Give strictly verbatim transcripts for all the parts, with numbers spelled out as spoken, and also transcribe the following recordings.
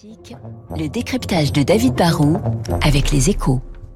Classique, le décryptage de David Barrault avec les Échos.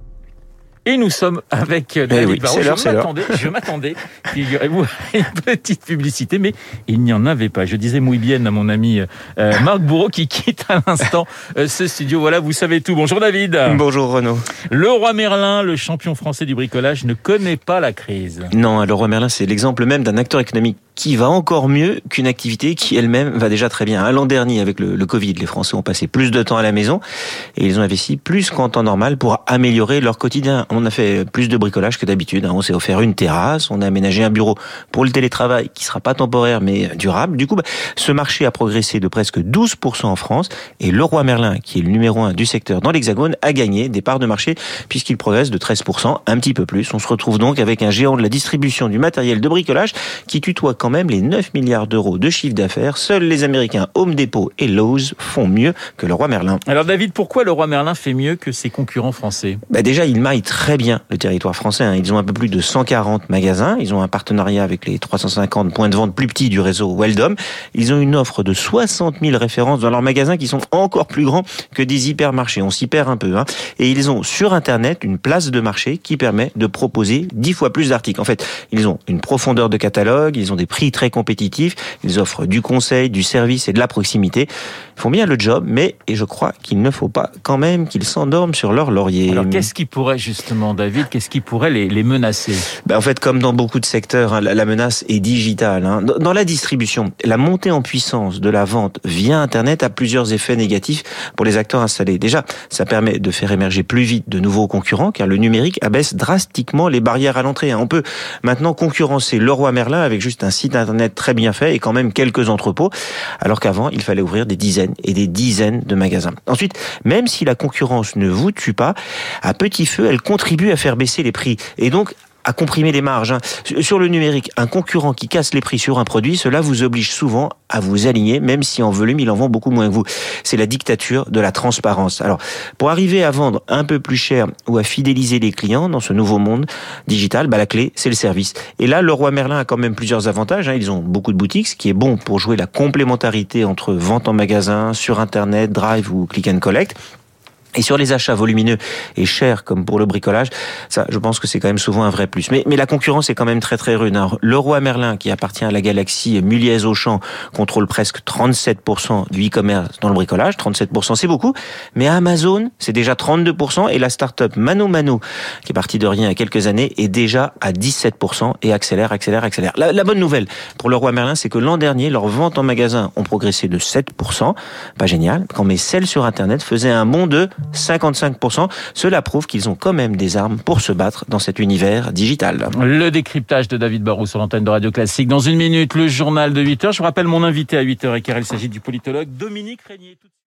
Et nous sommes avec David eh oui, Barrault. C'est l'heure, je c'est m'attendais, je m'attendais, figurez-vous, à une petite publicité, mais il n'y en avait pas. Je disais muy bien à mon ami euh, Marc Bourreau qui quitte à l'instant euh, ce studio. Voilà, vous savez tout. Bonjour David. Bonjour Renaud. Leroy Merlin, le champion français du bricolage, ne connaît pas la crise. Non, Leroy Merlin, c'est l'exemple même d'un acteur économique qui va encore mieux qu'une activité qui elle-même va déjà très bien. L'an dernier, avec le, le Covid, les Français ont passé plus de temps à la maison et ils ont investi plus qu'en temps normal pour améliorer leur quotidien. On a fait plus de bricolage que d'habitude. On s'est offert une terrasse, on a aménagé un bureau pour le télétravail qui sera pas temporaire mais durable. Du coup, bah, ce marché a progressé de presque douze pour cent en France et Leroy Merlin, qui est le numéro un du secteur dans l'Hexagone, a gagné des parts de marché puisqu'il progresse de treize pour cent, un petit peu plus. On se retrouve donc avec un géant de la distribution du matériel de bricolage qui tutoie quand même les neuf milliards d'euros de chiffre d'affaires. Seuls les Américains Home Depot et Lowe's font mieux que Leroy Merlin. Alors David, pourquoi Leroy Merlin fait mieux que ses concurrents français ? Bah déjà, ils maillent très bien le territoire français. Ils ont un peu plus de cent quarante magasins. Ils ont un partenariat avec les trois cent cinquante points de vente plus petits du réseau Weldom. Ils ont une offre de soixante mille références dans leurs magasins qui sont encore plus grands que des hypermarchés. On s'y perd un peu. Hein. Et ils ont sur Internet une place de marché qui permet de proposer dix fois plus d'articles. En fait, ils ont une profondeur de catalogue, ils ont des prix très compétitifs, ils offrent du conseil, du service et de la proximité. Ils font bien le job, mais et je crois qu'il ne faut pas quand même qu'ils s'endorment sur leur laurier. Alors qu'est-ce qui pourrait justement, David, qu'est-ce qui pourrait les, les menacer ? Ben en fait, comme dans beaucoup de secteurs, hein, la, la menace est digitale. Hein. Dans la distribution, la montée en puissance de la vente via Internet a plusieurs effets négatifs pour les acteurs installés. Déjà, ça permet de faire émerger plus vite de nouveaux concurrents, car le numérique abaisse drastiquement les barrières à l'entrée. Hein. On peut maintenant concurrencer Leroy Merlin avec juste un site Internet très bien fait et quand même quelques entrepôts, alors qu'avant, il fallait ouvrir des dizaines et des dizaines de magasins. Ensuite, même si la concurrence ne vous tue pas, à petit feu, elle contribue à faire baisser les prix et donc à comprimer les marges. Sur le numérique, un concurrent qui casse les prix sur un produit, cela vous oblige souvent à vous aligner, même si en volume, il en vend beaucoup moins que vous. C'est la dictature de la transparence. Alors, pour arriver à vendre un peu plus cher ou à fidéliser les clients dans ce nouveau monde digital, bah, la clé, c'est le service. Et là, Leroy Merlin a quand même plusieurs avantages. Ils ont beaucoup de boutiques, ce qui est bon pour jouer la complémentarité entre vente en magasin, sur Internet, Drive ou Click and Collect. Et sur les achats volumineux et chers, comme pour le bricolage, ça, je pense que c'est quand même souvent un vrai plus. Mais, mais la concurrence est quand même très très rude. Alors, Leroy Merlin, qui appartient à la galaxie Mulliez-Auchan, contrôle presque trente-sept pour cent du e-commerce dans le bricolage. trente-sept pour cent, c'est beaucoup. Mais Amazon, c'est déjà trente-deux pour cent. Et la start-up Mano Mano, qui est partie de rien il y a quelques années, est déjà à dix-sept pour cent et accélère, accélère, accélère. La, la bonne nouvelle pour Leroy Merlin, c'est que l'an dernier, leurs ventes en magasin ont progressé de sept pour cent. Pas génial. Quand mais celles sur Internet faisaient un bond de cinquante-cinq pour cent. Cela prouve qu'ils ont quand même des armes pour se battre dans cet univers digital. Le décryptage de David Barrault sur l'antenne de Radio Classique. Dans une minute, le journal de huit heures. Je vous rappelle mon invité à huit heures quinze. Il s'agit du politologue Dominique Régnier.